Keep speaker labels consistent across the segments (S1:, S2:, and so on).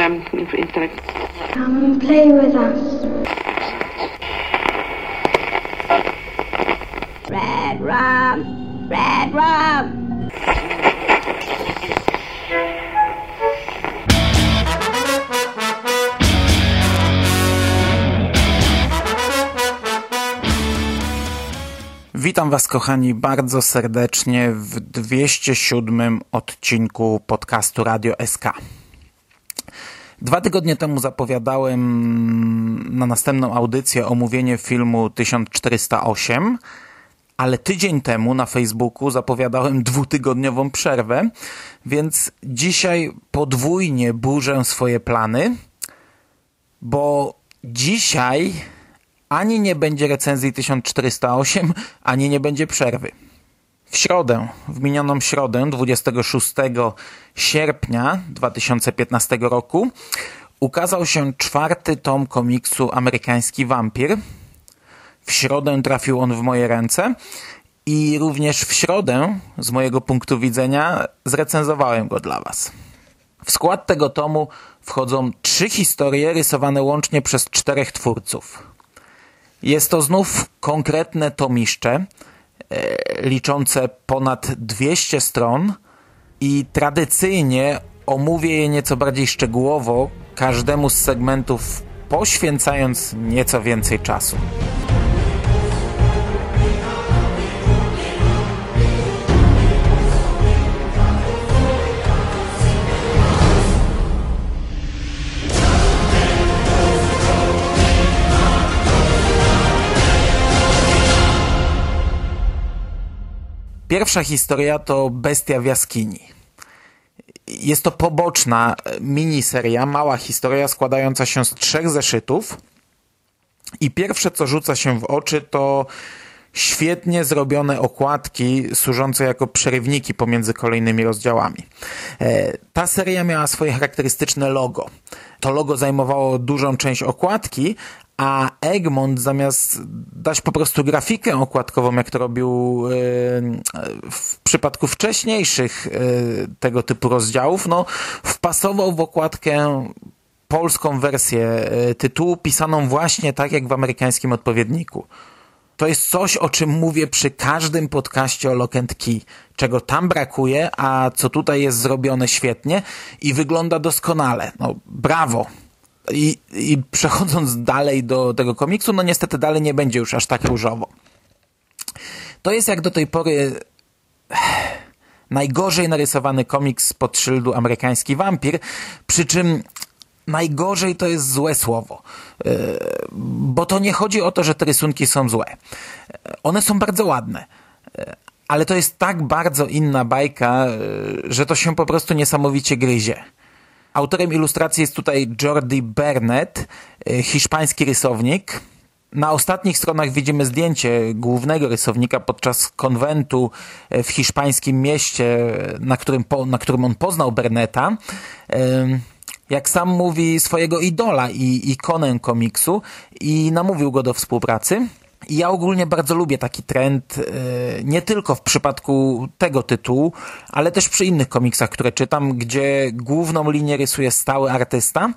S1: Come and play with us. Red rum, red rum.
S2: Witam Was, kochani, bardzo serdecznie w 207 odcinku podcastu Radio SK. 2 tygodnie temu zapowiadałem na następną audycję omówienie filmu 1408, ale tydzień temu na Facebooku zapowiadałem 2-tygodniową przerwę, więc dzisiaj podwójnie burzę swoje plany, bo dzisiaj ani nie będzie recenzji 1408, ani nie będzie przerwy. W minioną środę, 26 sierpnia 2015 roku, ukazał się 4. tom komiksu Amerykański Wampir. W środę trafił on w moje ręce i również w środę, z mojego punktu widzenia, zrecenzowałem go dla Was. W skład tego tomu wchodzą 3 historie rysowane łącznie przez 4 twórców. Jest to znów konkretne tomiszcze, liczące ponad 200 stron i tradycyjnie omówię je nieco bardziej szczegółowo, każdemu z segmentów poświęcając nieco więcej czasu. Pierwsza historia to Bestia w jaskini. Jest to poboczna miniseria, mała historia składająca się z 3 zeszytów i pierwsze, co rzuca się w oczy, to świetnie zrobione okładki służące jako przerywniki pomiędzy kolejnymi rozdziałami. Ta seria miała swoje charakterystyczne logo. To logo zajmowało dużą część okładki, a Egmont zamiast dać po prostu grafikę okładkową, jak to robił w przypadku wcześniejszych tego typu rozdziałów, wpasował w okładkę polską wersję tytułu, pisaną właśnie tak jak w amerykańskim odpowiedniku. To jest coś, o czym mówię przy każdym podcaście o Lock and Key, czego tam brakuje, a co tutaj jest zrobione świetnie i wygląda doskonale. Brawo! I przechodząc dalej do tego komiksu, niestety dalej nie będzie już aż tak różowo. To jest jak do tej pory najgorzej narysowany komiks pod szyldu Amerykański Wampir, przy czym najgorzej to jest złe słowo, bo to nie chodzi o to, że te rysunki są złe. One są bardzo ładne, ale to jest tak bardzo inna bajka, że to się po prostu niesamowicie gryzie. Autorem ilustracji jest tutaj Jordi Bernett, hiszpański rysownik. Na ostatnich stronach widzimy zdjęcie głównego rysownika podczas konwentu w hiszpańskim mieście, na którym on poznał Bernetta. Jak sam mówi, swojego idola i ikonę komiksu i namówił go do współpracy. I ja ogólnie bardzo lubię taki trend, nie tylko w przypadku tego tytułu, ale też przy innych komiksach, które czytam, gdzie główną linię rysuje stały artysta,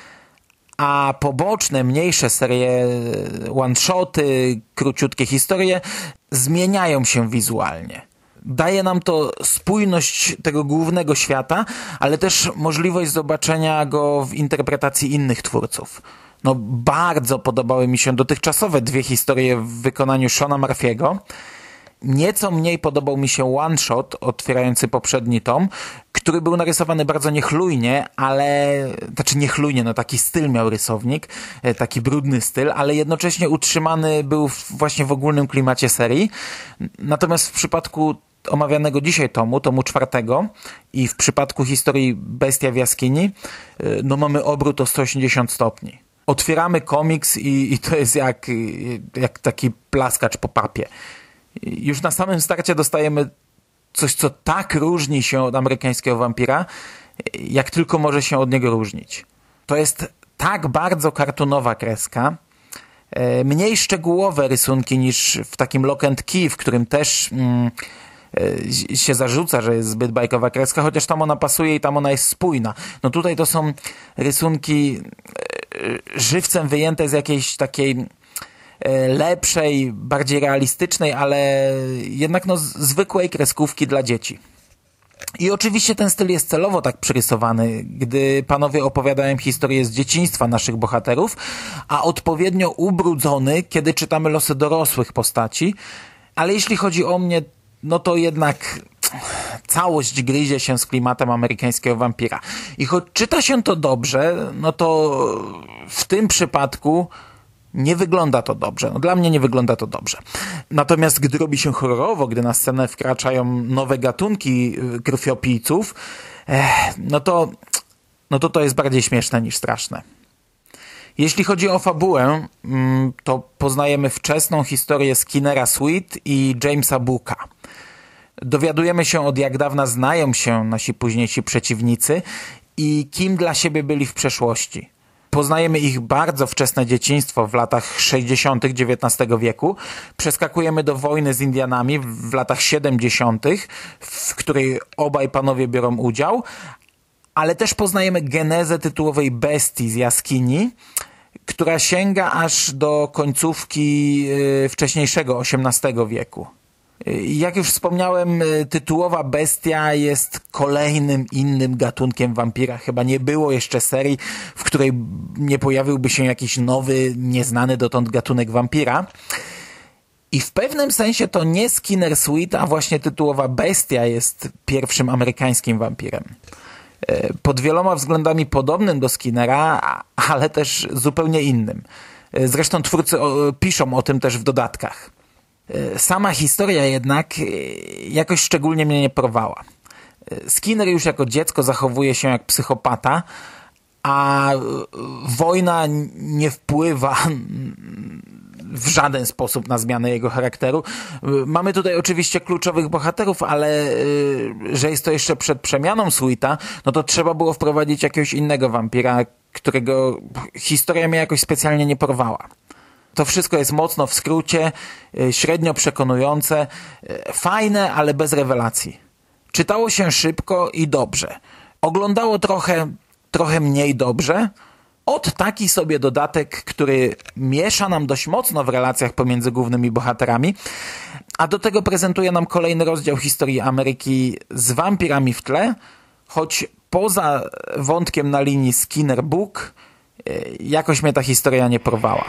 S2: a poboczne, mniejsze serie, one-shoty, króciutkie historie zmieniają się wizualnie. Daje nam to spójność tego głównego świata, ale też możliwość zobaczenia go w interpretacji innych twórców. Bardzo podobały mi się dotychczasowe 2 historie w wykonaniu Seana Murphy'ego. Nieco mniej podobał mi się one-shot otwierający poprzedni tom, który był narysowany bardzo niechlujnie, taki styl miał rysownik, taki brudny styl, ale jednocześnie utrzymany był właśnie w ogólnym klimacie serii. Natomiast w przypadku omawianego dzisiaj tomu 4 i w przypadku historii Bestia w jaskini, mamy obrót o 180 stopni. Otwieramy komiks i to jest jak taki plaskacz po papie. Już na samym starcie dostajemy coś, co tak różni się od Amerykańskiego Wampira, jak tylko może się od niego różnić. To jest tak bardzo kartunowa kreska, mniej szczegółowe rysunki niż w takim Lock and Key, w którym też się zarzuca, że jest zbyt bajkowa kreska, chociaż tam ona pasuje i tam ona jest spójna. No tutaj to są rysunki żywcem wyjęte z jakiejś takiej lepszej, bardziej realistycznej, ale jednak zwykłej kreskówki dla dzieci. I oczywiście ten styl jest celowo tak przyrysowany, gdy panowie opowiadają historię z dzieciństwa naszych bohaterów, a odpowiednio ubrudzony, kiedy czytamy losy dorosłych postaci. Ale jeśli chodzi o mnie, no to jednak całość gryzie się z klimatem amerykańskiego wampira. I choć czyta się to dobrze, no to w tym przypadku nie wygląda to dobrze. No dla mnie nie wygląda to dobrze. Natomiast gdy robi się horrorowo, gdy na scenę wkraczają nowe gatunki krwiopijców, no to jest bardziej śmieszne niż straszne. Jeśli chodzi o fabułę, to poznajemy wczesną historię Skinnera Sweet i Jamesa Booka. Dowiadujemy się, od jak dawna znają się nasi późniejsi przeciwnicy i kim dla siebie byli w przeszłości. Poznajemy ich bardzo wczesne dzieciństwo w latach 60. XIX wieku. Przeskakujemy do wojny z Indianami w latach 70., w której obaj panowie biorą udział, ale też poznajemy genezę tytułowej bestii z jaskini, która sięga aż do końcówki wcześniejszego XVIII wieku. Jak już wspomniałem, tytułowa bestia jest kolejnym innym gatunkiem wampira. Chyba nie było jeszcze serii, w której nie pojawiłby się jakiś nowy, nieznany dotąd gatunek wampira. I w pewnym sensie to nie Skinner Sweet, a właśnie tytułowa bestia jest pierwszym amerykańskim wampirem. Pod wieloma względami podobnym do Skinnera, ale też zupełnie innym. Zresztą twórcy piszą o tym też w dodatkach. Sama historia jednak jakoś szczególnie mnie nie porwała. Skinner już jako dziecko zachowuje się jak psychopata, a wojna nie wpływa w żaden sposób na zmianę jego charakteru. Mamy tutaj oczywiście kluczowych bohaterów, ale że jest to jeszcze przed przemianą Sweeta, no to trzeba było wprowadzić jakiegoś innego wampira, którego historia mnie jakoś specjalnie nie porwała. To wszystko jest mocno w skrócie, średnio przekonujące, fajne, ale bez rewelacji. Czytało się szybko i dobrze. Oglądało trochę mniej dobrze. Od taki sobie dodatek, który miesza nam dość mocno w relacjach pomiędzy głównymi bohaterami, a do tego prezentuje nam kolejny rozdział historii Ameryki z wampirami w tle, choć poza wątkiem na linii Skinner-Book jakoś mnie ta historia nie porwała.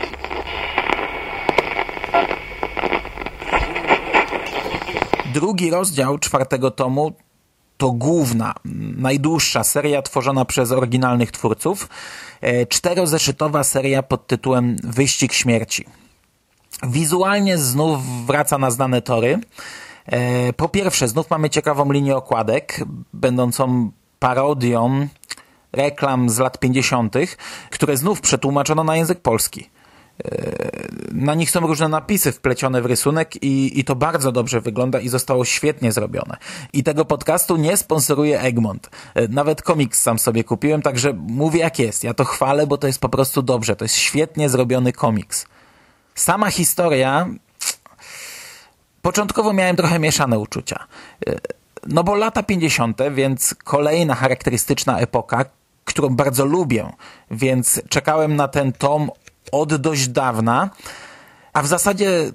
S2: Drugi rozdział 4. tomu to główna, najdłuższa seria tworzona przez oryginalnych twórców. 4-zeszytowa seria pod tytułem Wyścig Śmierci. Wizualnie znów wraca na znane tory. Po pierwsze, znów mamy ciekawą linię okładek, będącą parodią reklam z lat 50., które znów przetłumaczono na język polski. Na nich są różne napisy wplecione w rysunek i to bardzo dobrze wygląda i zostało świetnie zrobione. I tego podcastu nie sponsoruje Egmont. Nawet komiks sam sobie kupiłem, także mówię jak jest. Ja to chwalę, bo to jest po prostu dobrze. To jest świetnie zrobiony komiks. Sama historia... Początkowo miałem trochę mieszane uczucia. No bo lata 50., więc kolejna charakterystyczna epoka, którą bardzo lubię, więc czekałem na ten tom od dość dawna, a w zasadzie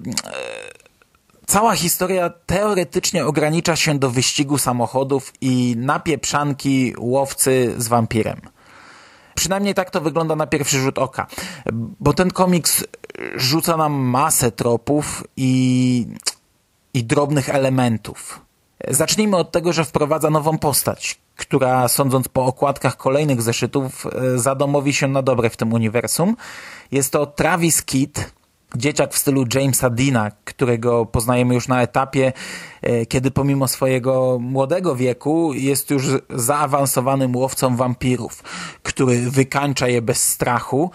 S2: cała historia teoretycznie ogranicza się do wyścigu samochodów i napieprzanki łowcy z wampirem. Przynajmniej tak to wygląda na pierwszy rzut oka, bo ten komiks rzuca nam masę tropów i drobnych elementów. Zacznijmy od tego, że wprowadza nową postać, która, sądząc po okładkach kolejnych zeszytów, zadomowi się na dobre w tym uniwersum. Jest to Travis Kidd, dzieciak w stylu Jamesa Deana, którego poznajemy już na etapie, kiedy pomimo swojego młodego wieku jest już zaawansowanym łowcą wampirów, który wykańcza je bez strachu,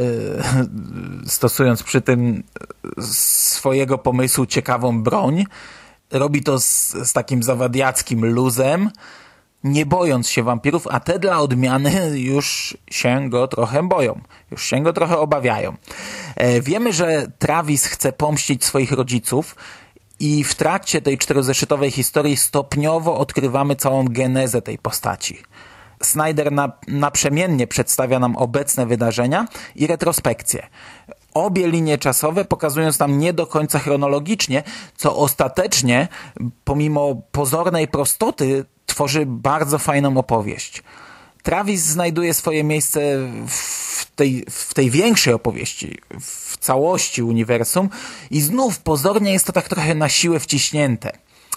S2: stosując przy tym swojego pomysłu ciekawą broń. Robi to z takim zawadiackim luzem, nie bojąc się wampirów, a te dla odmiany już się go trochę boją, już się go trochę obawiają. Wiemy, że Travis chce pomścić swoich rodziców I w trakcie tej 4-zeszytowej historii stopniowo odkrywamy całą genezę tej postaci. Snyder naprzemiennie przedstawia nam obecne wydarzenia i retrospekcje. Obie linie czasowe pokazując nam nie do końca chronologicznie, co ostatecznie, pomimo pozornej prostoty, tworzy bardzo fajną opowieść. Travis znajduje swoje miejsce w tej większej opowieści, w całości uniwersum i znów pozornie jest to tak trochę na siłę wciśnięte.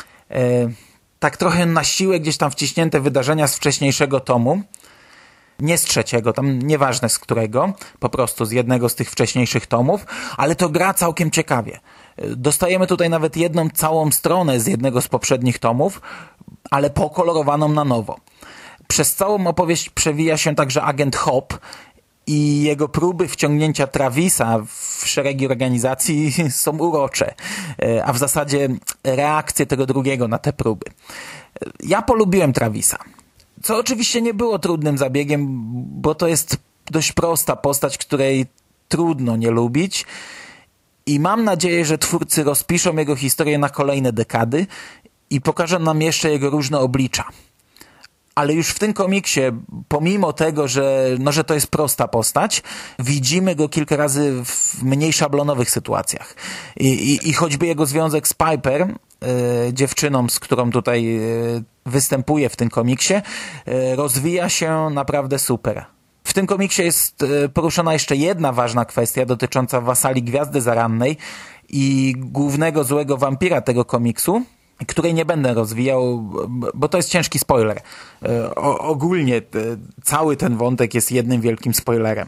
S2: Tak trochę na siłę gdzieś tam wciśnięte wydarzenia z wcześniejszego tomu. Nie z trzeciego, tam nieważne z którego, po prostu z jednego z tych wcześniejszych tomów, ale to gra całkiem ciekawie. Dostajemy tutaj nawet jedną całą stronę z jednego z poprzednich tomów, ale pokolorowaną na nowo. Przez całą opowieść przewija się także agent Hop i jego próby wciągnięcia Travisa w szeregi organizacji są urocze, a w zasadzie reakcje tego drugiego na te próby. Ja polubiłem Travisa, co oczywiście nie było trudnym zabiegiem, bo to jest dość prosta postać, której trudno nie lubić i mam nadzieję, że twórcy rozpiszą jego historię na kolejne dekady i pokażą nam jeszcze jego różne oblicza. Ale już w tym komiksie, pomimo tego, że to jest prosta postać, widzimy go kilka razy w mniej szablonowych sytuacjach. I choćby jego związek z Piper, dziewczyną, z którą tutaj występuje w tym komiksie, rozwija się naprawdę super. W tym komiksie jest poruszona jeszcze jedna ważna kwestia dotycząca wasali Gwiazdy Zarannej i głównego złego wampira tego komiksu, której nie będę rozwijał, bo to jest ciężki spoiler. Ogólnie cały ten wątek jest jednym wielkim spoilerem.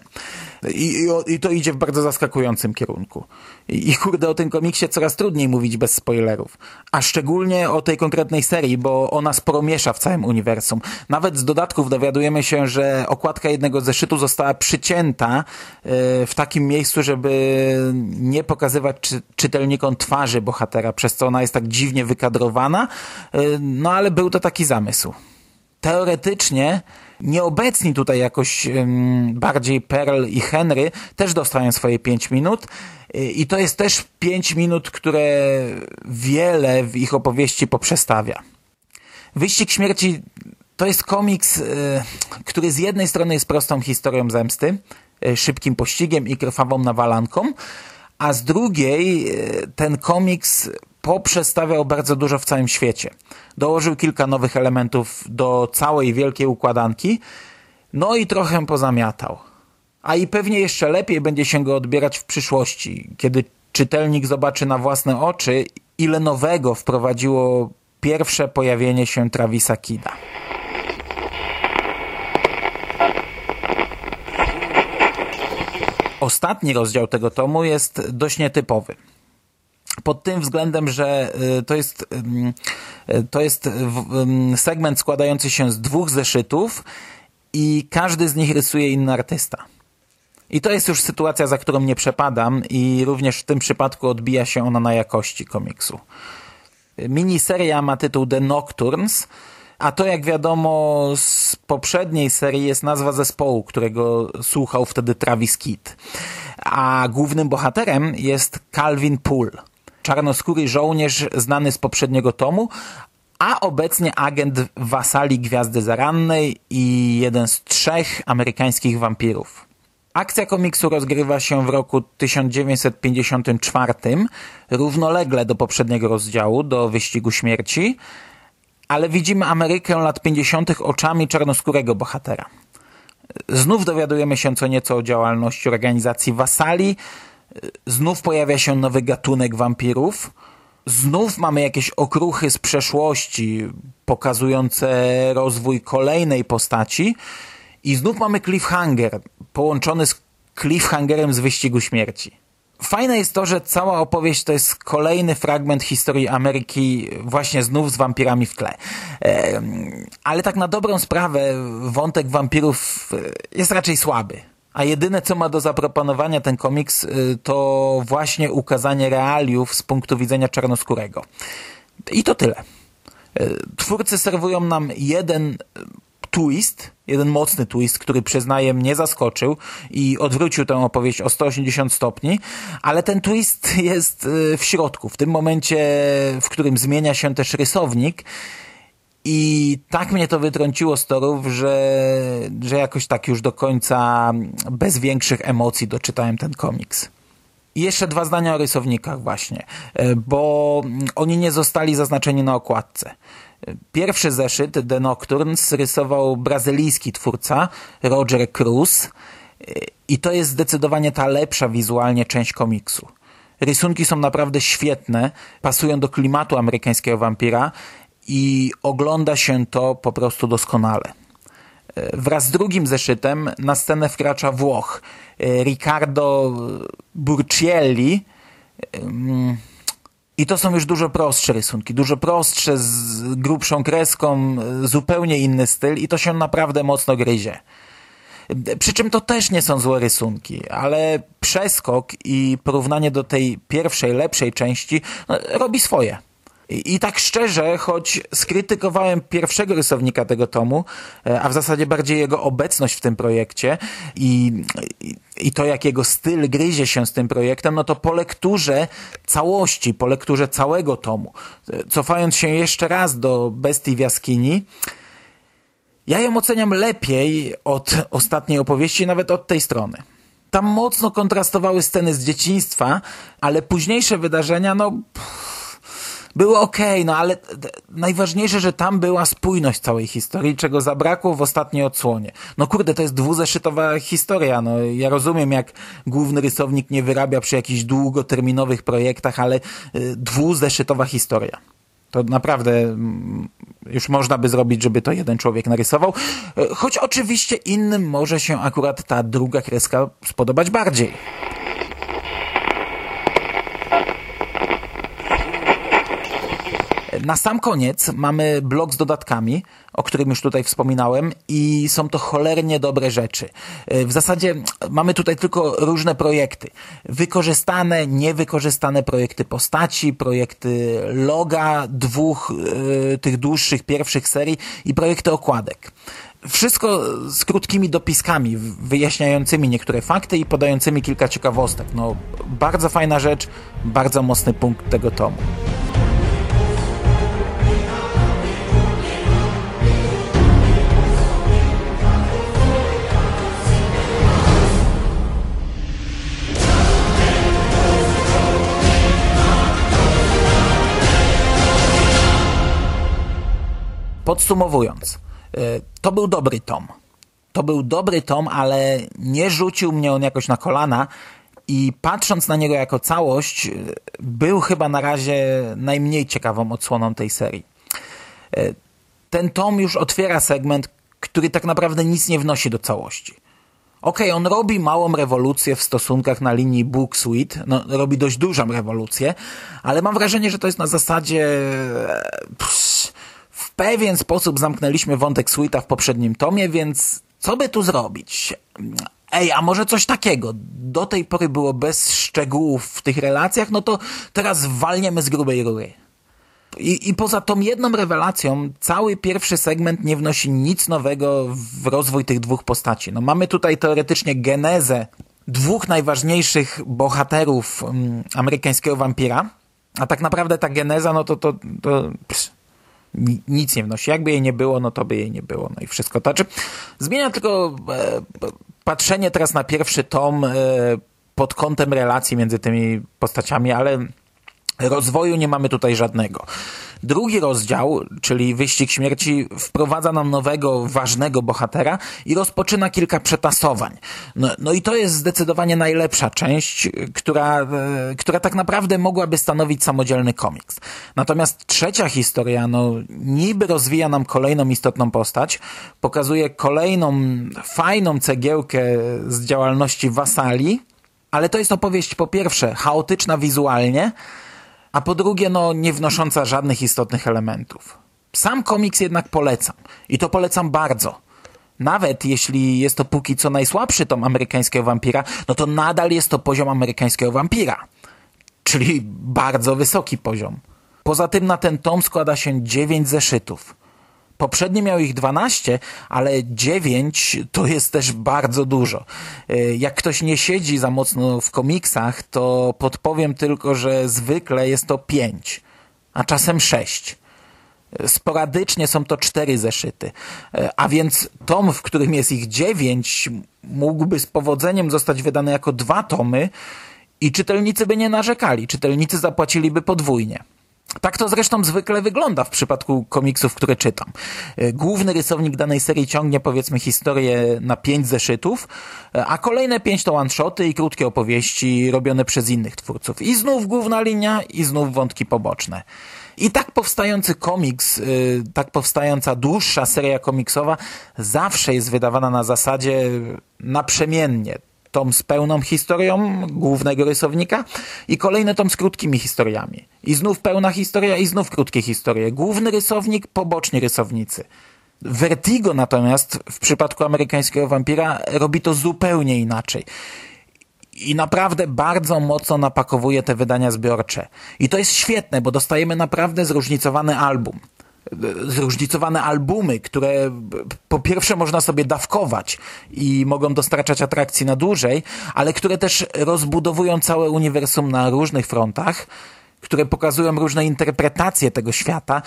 S2: I to idzie w bardzo zaskakującym kierunku. I kurde, o tym komiksie coraz trudniej mówić bez spoilerów. A szczególnie o tej konkretnej serii, bo ona sporo miesza w całym uniwersum. Nawet z dodatków dowiadujemy się, że okładka jednego zeszytu została przycięta w takim miejscu, żeby nie pokazywać czytelnikom twarzy bohatera, przez co ona jest tak dziwnie wykadrowana. No ale był to taki zamysł. Teoretycznie nieobecni tutaj jakoś bardziej Pearl i Henry też dostają swoje 5 minut i to jest też 5 minut, które wiele w ich opowieści poprzestawia. Wyścig Śmierci to jest komiks, który z jednej strony jest prostą historią zemsty, szybkim pościgiem i krwawą nawalanką, a z drugiej ten komiks poprzestawiał bardzo dużo w całym świecie. Dołożył kilka nowych elementów do całej wielkiej układanki, no i trochę pozamiatał. A i pewnie jeszcze lepiej będzie się go odbierać w przyszłości, kiedy czytelnik zobaczy na własne oczy, ile nowego wprowadziło pierwsze pojawienie się Travisa Kidda. Ostatni rozdział tego tomu jest dość nietypowy. Pod tym względem, że to jest segment składający się z 2 zeszytów i każdy z nich rysuje inny artysta. I to jest już sytuacja, za którą nie przepadam i również w tym przypadku odbija się ona na jakości komiksu. Miniseria ma tytuł The Nocturnes, a to, jak wiadomo, z poprzedniej serii jest nazwa zespołu, którego słuchał wtedy Travis Kidd. A głównym bohaterem jest Calvin Poole, czarnoskóry żołnierz znany z poprzedniego tomu, a obecnie agent wasali Gwiazdy Zarannej i jeden z 3 amerykańskich wampirów. Akcja komiksu rozgrywa się w roku 1954, równolegle do poprzedniego rozdziału, do Wyścigu Śmierci, ale widzimy Amerykę lat 50. oczami czarnoskórego bohatera. Znów dowiadujemy się co nieco o działalności organizacji wasali, znów pojawia się nowy gatunek wampirów, znów mamy jakieś okruchy z przeszłości pokazujące rozwój kolejnej postaci i znów mamy cliffhanger połączony z cliffhangerem z Wyścigu Śmierci. Fajne jest to, że cała opowieść to jest kolejny fragment historii Ameryki właśnie znów z wampirami w tle. Ale tak na dobrą sprawę wątek wampirów jest raczej słaby. A jedyne, co ma do zaproponowania ten komiks, to właśnie ukazanie realiów z punktu widzenia czarnoskórego. I to tyle. Twórcy serwują nam jeden twist, jeden mocny twist, który przyznaję mnie zaskoczył i odwrócił tę opowieść o 180 stopni, ale ten twist jest w środku, w tym momencie, w którym zmienia się też rysownik i tak mnie to wytrąciło z torów, że jakoś tak już do końca bez większych emocji doczytałem ten komiks. I jeszcze 2 zdania o rysownikach właśnie, bo oni nie zostali zaznaczeni na okładce. Pierwszy zeszyt, The Nocturnes, rysował brazylijski twórca Roger Cruz i to jest zdecydowanie ta lepsza wizualnie część komiksu. Rysunki są naprawdę świetne, pasują do klimatu amerykańskiego wampira i ogląda się to po prostu doskonale. Wraz z drugim zeszytem na scenę wkracza Włoch Riccardo Burchielli i to są już dużo prostsze rysunki, dużo prostsze, z grubszą kreską, zupełnie inny styl i to się naprawdę mocno gryzie. Przy czym to też nie są złe rysunki, ale przeskok i porównanie do tej pierwszej, lepszej części robi swoje. I tak szczerze, choć skrytykowałem pierwszego rysownika tego tomu, a w zasadzie bardziej jego obecność w tym projekcie i to, jak jego styl gryzie się z tym projektem, no to po lekturze całości, po lekturze całego tomu, cofając się jeszcze raz do Bestii w jaskini, ja ją oceniam lepiej od ostatniej opowieści, nawet od tej strony. Tam mocno kontrastowały sceny z dzieciństwa, ale późniejsze wydarzenia, było okej, ale najważniejsze, że tam była spójność całej historii, czego zabrakło w ostatniej odsłonie. Kurde, to jest 2-zeszytowa historia, ja rozumiem, jak główny rysownik nie wyrabia przy jakichś długoterminowych projektach, ale 2-zeszytowa historia. To naprawdę już można by zrobić, żeby to jeden człowiek narysował, choć oczywiście innym może się akurat ta druga kreska spodobać bardziej. Na sam koniec mamy blok z dodatkami, o którym już tutaj wspominałem i są to cholernie dobre rzeczy. W zasadzie mamy tutaj tylko różne projekty. Wykorzystane, niewykorzystane projekty postaci, projekty loga 2 tych dłuższych pierwszych serii i projekty okładek. Wszystko z krótkimi dopiskami wyjaśniającymi niektóre fakty i podającymi kilka ciekawostek. Bardzo fajna rzecz, bardzo mocny punkt tego tomu. Podsumowując, to był dobry tom. To był dobry tom, ale nie rzucił mnie on jakoś na kolana i patrząc na niego jako całość, był chyba na razie najmniej ciekawą odsłoną tej serii. Ten tom już otwiera segment, który tak naprawdę nic nie wnosi do całości. On robi małą rewolucję w stosunkach na linii Book-Sweet, robi dość dużą rewolucję, ale mam wrażenie, że to jest na zasadzie... W pewien sposób zamknęliśmy wątek Sweeta w poprzednim tomie, więc co by tu zrobić? A może coś takiego? Do tej pory było bez szczegółów w tych relacjach, to teraz walniemy z grubej rury. I poza tą jedną rewelacją cały pierwszy segment nie wnosi nic nowego w rozwój tych 2 postaci. Mamy tutaj teoretycznie genezę 2 najważniejszych bohaterów amerykańskiego wampira, a tak naprawdę ta geneza, nic nie wnosi. Jakby jej nie było, to by jej nie było. I wszystko. Zmienia tylko patrzenie teraz na pierwszy tom pod kątem relacji między tymi postaciami, ale rozwoju nie mamy tutaj żadnego. Drugi rozdział, czyli Wyścig Śmierci, wprowadza nam nowego, ważnego bohatera i rozpoczyna kilka przetasowań. I to jest zdecydowanie najlepsza część, która tak naprawdę mogłaby stanowić samodzielny komiks. Natomiast trzecia historia, niby rozwija nam kolejną istotną postać, pokazuje kolejną fajną cegiełkę z działalności Wasali, ale to jest opowieść po pierwsze chaotyczna wizualnie, a po drugie, nie wnosząca żadnych istotnych elementów. Sam komiks jednak polecam. I to polecam bardzo. Nawet jeśli jest to póki co najsłabszy tom amerykańskiego wampira, to nadal jest to poziom amerykańskiego wampira. Czyli bardzo wysoki poziom. Poza tym na ten tom składa się 9 zeszytów. Poprzednie miały ich 12, ale 9 to jest też bardzo dużo. Jak ktoś nie siedzi za mocno w komiksach, to podpowiem tylko, że zwykle jest to 5, a czasem 6. Sporadycznie są to 4 zeszyty. A więc tom, w którym jest ich 9, mógłby z powodzeniem zostać wydany jako 2 tomy i czytelnicy by nie narzekali. Czytelnicy zapłaciliby podwójnie. Tak to zresztą zwykle wygląda w przypadku komiksów, które czytam. Główny rysownik danej serii ciągnie, powiedzmy, historię na 5 zeszytów, a kolejne 5 to one-shoty i krótkie opowieści robione przez innych twórców. I znów główna linia, i znów wątki poboczne. I tak powstający komiks, tak powstająca dłuższa seria komiksowa zawsze jest wydawana na zasadzie naprzemiennie. Tom z pełną historią głównego rysownika i kolejny tom z krótkimi historiami. I znów pełna historia i znów krótkie historie. Główny rysownik, poboczni rysownicy. Vertigo natomiast w przypadku Amerykańskiego Wampira robi to zupełnie inaczej. I naprawdę bardzo mocno napakowuje te wydania zbiorcze. I to jest świetne, bo dostajemy naprawdę zróżnicowany album. Zróżnicowane albumy, które po pierwsze można sobie dawkować i mogą dostarczać atrakcji na dłużej, ale które też rozbudowują całe uniwersum na różnych frontach, które pokazują różne interpretacje tego świata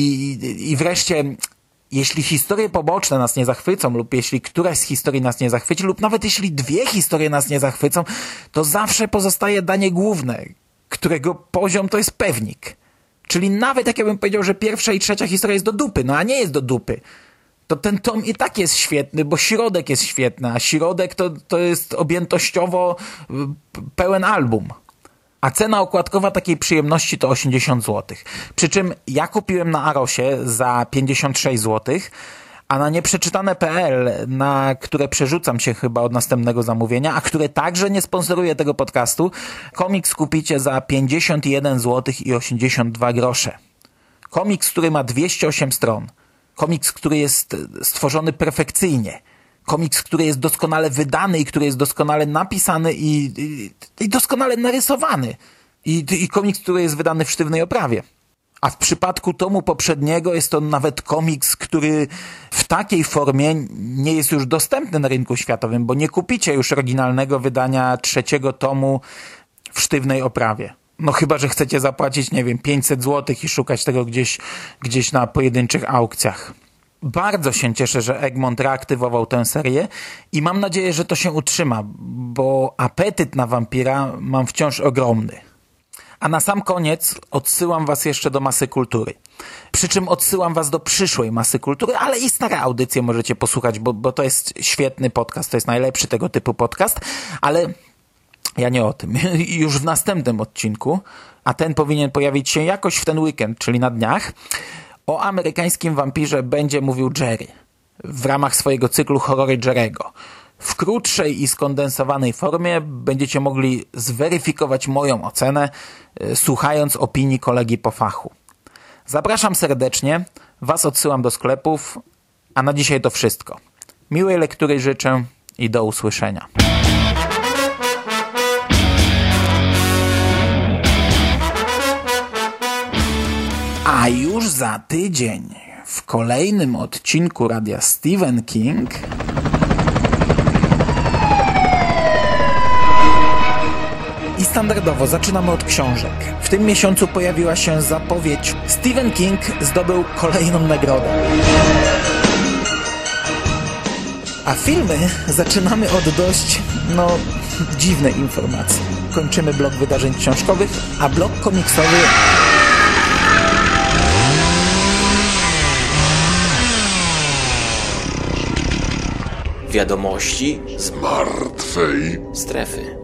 S2: i wreszcie jeśli historie poboczne nas nie zachwycą lub jeśli któraś z historii nas nie zachwyci lub nawet jeśli 2 historie nas nie zachwycą, to zawsze pozostaje danie główne, którego poziom to jest pewnik. Czyli nawet jak ja bym powiedział, że pierwsza i trzecia historia jest do dupy, no a nie jest do dupy, to ten tom i tak jest świetny, bo środek jest świetny, a środek to jest objętościowo pełen album. A cena okładkowa takiej przyjemności to 80 zł. Przy czym ja kupiłem na Arosie za 56 zł, a na nieprzeczytane.pl, na które przerzucam się chyba od następnego zamówienia, a które także nie sponsoruje tego podcastu, komiks kupicie za 51 zł i 82 grosze. Komiks, który ma 208 stron. Komiks, który jest stworzony perfekcyjnie. Komiks, który jest doskonale wydany i który jest doskonale napisany i doskonale narysowany. I komiks, który jest wydany w sztywnej oprawie. A w przypadku tomu poprzedniego jest to nawet komiks, który w takiej formie nie jest już dostępny na rynku światowym, bo nie kupicie już oryginalnego wydania 3 tomu w sztywnej oprawie. No chyba, że chcecie zapłacić, nie wiem, 500 zł i szukać tego gdzieś na pojedynczych aukcjach. Bardzo się cieszę, że Egmont reaktywował tę serię i mam nadzieję, że to się utrzyma, bo apetyt na wampira mam wciąż ogromny. A na sam koniec odsyłam was jeszcze do Masy Kultury. Przy czym odsyłam was do przyszłej Masy Kultury, ale i stare audycje możecie posłuchać, bo to jest świetny podcast, to jest najlepszy tego typu podcast, ale ja nie o tym. Już w następnym odcinku, a ten powinien pojawić się jakoś w ten weekend, czyli na dniach, o Amerykańskim Wampirze będzie mówił Jerry w ramach swojego cyklu Horrory Jerry'ego. W krótszej i skondensowanej formie będziecie mogli zweryfikować moją ocenę, słuchając opinii kolegi po fachu. Zapraszam serdecznie, was odsyłam do sklepów, a na dzisiaj to wszystko. Miłej lektury życzę i do usłyszenia. A już za tydzień w kolejnym odcinku Radia Stephen King i standardowo zaczynamy od książek. W tym miesiącu pojawiła się zapowiedź. Stephen King zdobył kolejną nagrodę. A filmy zaczynamy od dość, dziwnej informacji. Kończymy blok wydarzeń książkowych, a blok komiksowy...
S3: Wiadomości
S4: z martwej
S3: strefy.